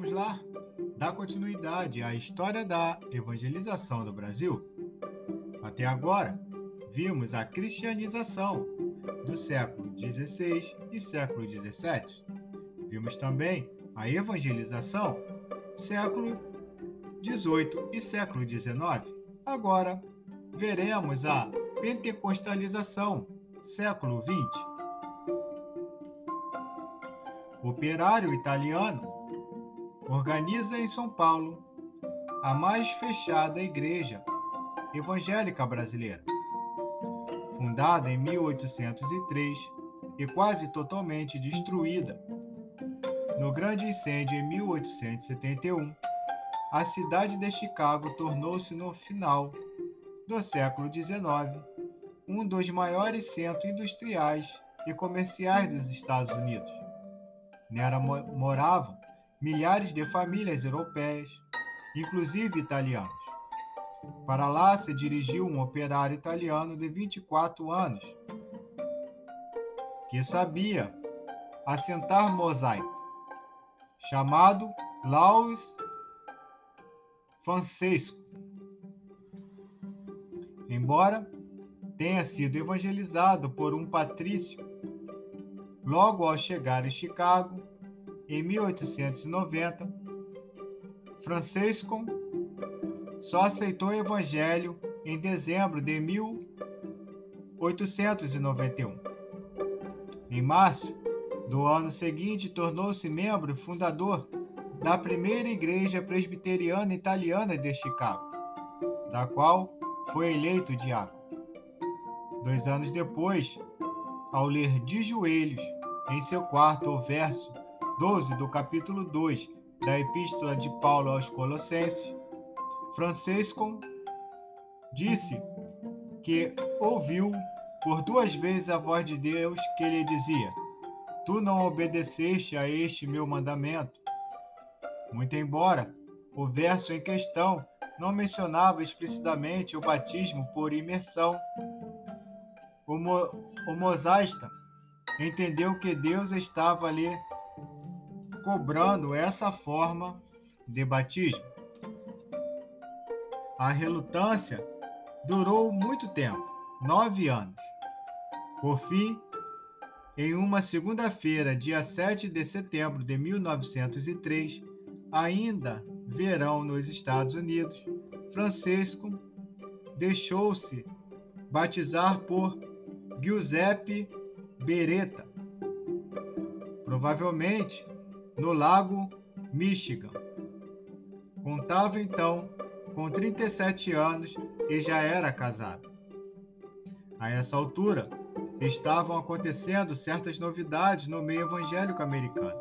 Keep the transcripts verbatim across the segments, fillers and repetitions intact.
vamos lá dar continuidade à história da evangelização do Brasil. Até agora, vimos a cristianização do século dezesseis e século dezessete. Vimos também a evangelização do século dezoito e século dezenove. Agora, veremos a pentecostalização, século vinte. Operário italiano organiza em São Paulo a mais fechada igreja evangélica brasileira. Fundada em mil oitocentos e três e quase totalmente destruída no grande incêndio em mil oitocentos e setenta e um, a cidade de Chicago tornou-se no final do século dezenove um dos maiores centros industriais e comerciais dos Estados Unidos. Nela moravam milhares de famílias europeias, inclusive italianas. Para lá se dirigiu um operário italiano de vinte e quatro anos, que sabia assentar mosaico, chamado Laus Francesco. Embora tenha sido evangelizado por um patrício, logo ao chegar em Chicago, em mil oitocentos e noventa, Francesco só aceitou o evangelho em dezembro de mil oitocentos e noventa e um. Em março do ano seguinte, tornou-se membro fundador da primeira igreja presbiteriana italiana de Chicago, da qual foi eleito diácono. Dois anos depois, ao ler de joelhos em seu quarto o verso doze do capítulo dois da Epístola de Paulo aos Colossenses, Francesco disse que ouviu por duas vezes a voz de Deus que lhe dizia: Tu não obedeceste a este meu mandamento. Muito embora o verso em questão não mencionava explicitamente o batismo por imersão, o, mo o mosaísta entendeu que Deus estava lhe cobrando essa forma de batismo. A relutância durou muito tempo, nove anos. Por fim, em uma segunda-feira, dia sete de setembro de mil novecentos e três, ainda verão nos Estados Unidos, Francesco deixou-se batizar por Giuseppe Beretta, provavelmente no lago Michigan. Contava então com trinta e sete anos e já era casado. A essa altura, estavam acontecendo certas novidades no meio evangélico americano.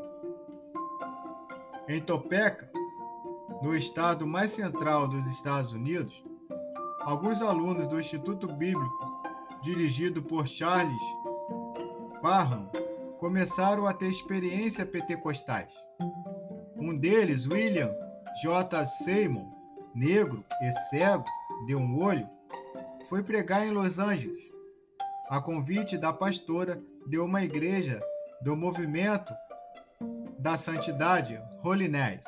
Em Topeka, no estado mais central dos Estados Unidos, alguns alunos do Instituto Bíblico, dirigido por Charles Parham, começaram a ter experiências pentecostais. Um deles, William J. Seymour, negro e cego de um olho, foi pregar em Los Angeles, a convite da pastora de uma igreja do movimento da santidade, Holiness.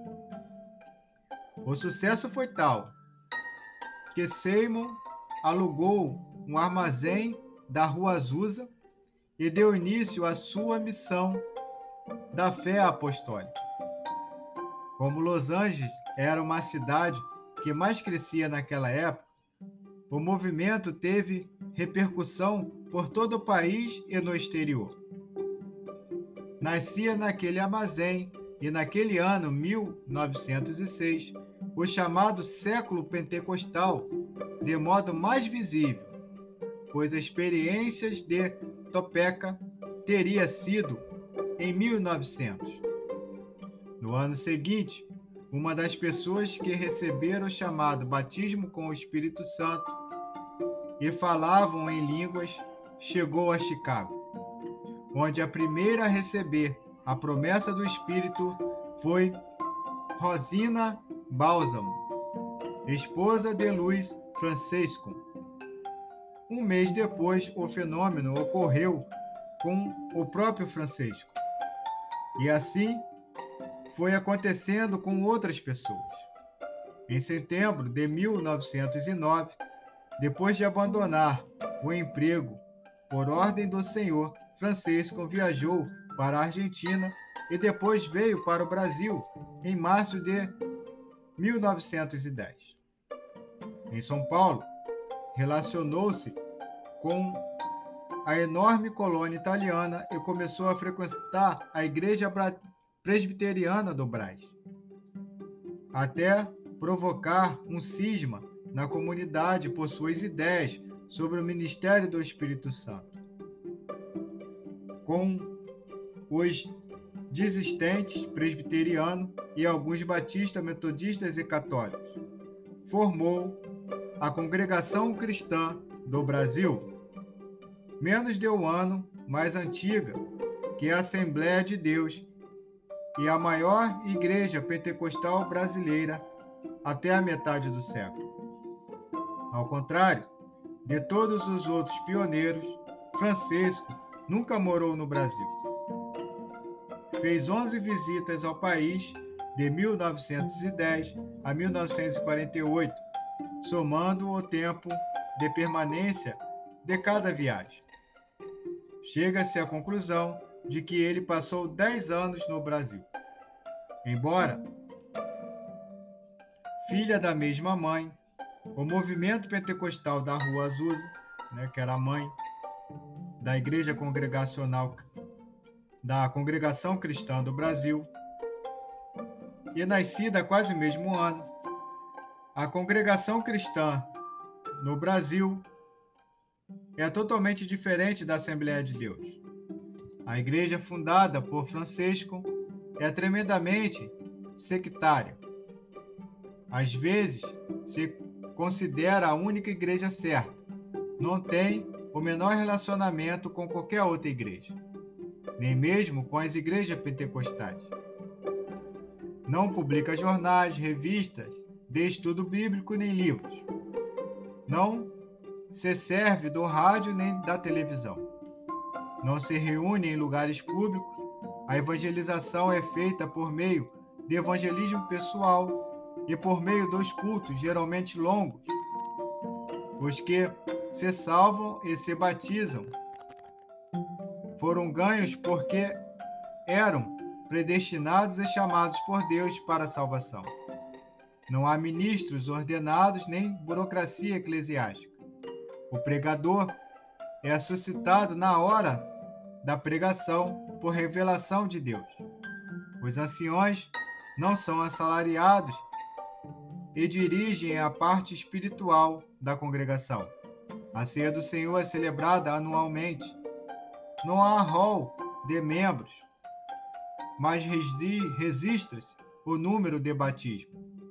O sucesso foi tal que Seymour alugou um armazém da Rua Azusa e deu início à sua missão da fé apostólica. Como Los Angeles era uma cidade que mais crescia naquela época, o movimento teve repercussão por todo o país e no exterior. Nascia naquele armazém e naquele ano mil novecentos e seis o chamado século pentecostal, de modo mais visível, pois as experiências de Topeka teria sido em mil e novecentos. No ano seguinte, uma das pessoas que receberam o chamado batismo com o Espírito Santo e falavam em línguas chegou a Chicago, onde a primeira a receber a promessa do Espírito foi Rosina Bálsamo, esposa de Luiz Francesco. Um mês depois, o fenômeno ocorreu com o próprio Francesco. E assim foi acontecendo com outras pessoas. Em setembro de mil novecentos e nove, depois de abandonar o emprego por ordem do senhor, Francisco viajou para a Argentina e depois veio para o Brasil em março de mil novecentos e dez. Em São Paulo, relacionou-se com a enorme colônia italiana e começou a frequentar a igreja presbiteriana do Brás, até provocar um cisma na comunidade por suas ideias sobre o ministério do Espírito Santo, com os desistentes presbiterianos e alguns batistas, metodistas e católicos. Formou a Congregação Cristã do Brasil, menos de um ano mais antiga que a Assembleia de Deus e a maior igreja pentecostal brasileira até a metade do século. Ao contrário de todos os outros pioneiros, Francisco nunca morou no Brasil. Fez onze visitas ao país de mil novecentos e dez a mil novecentos e quarenta e oito, somando o tempo de permanência de cada viagem. Chega-se à conclusão de que ele passou dez anos no Brasil. Embora filha da mesma mãe, o movimento pentecostal da Rua Azusa, né, que era a mãe da Igreja Congregacional da Congregação Cristã do Brasil, e nascida há quase o mesmo ano, a Congregação Cristã no Brasil é totalmente diferente da Assembleia de Deus. A igreja fundada por Francisco é tremendamente sectária. Às vezes, se considera a única igreja certa. Não tem o menor relacionamento com qualquer outra igreja, nem mesmo com as igrejas pentecostais. Não publica jornais, revistas de estudo bíblico nem livros. Não se serve do rádio nem da televisão. Não se reúne em lugares públicos. A evangelização é feita por meio de evangelismo pessoal e por meio dos cultos, geralmente longos. Os que se salvam e se batizam foram ganhos porque eram predestinados e chamados por Deus para a salvação. Não há ministros ordenados nem burocracia eclesiástica. O pregador é suscitado na hora da pregação por revelação de Deus. Os anciões não são assalariados e dirigem a parte espiritual da congregação. A ceia do Senhor é celebrada anualmente. Não há rol de membros, mas registra-se o número de batismo.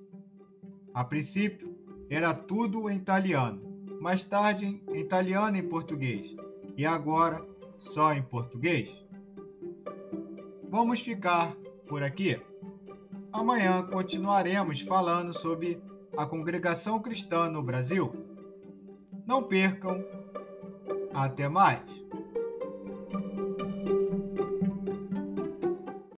A princípio, era tudo em italiano, mais tarde em italiano e português, e agora só em português. Vamos ficar por aqui. Amanhã continuaremos falando sobre a congregação cristã no Brasil. Não percam. Até mais!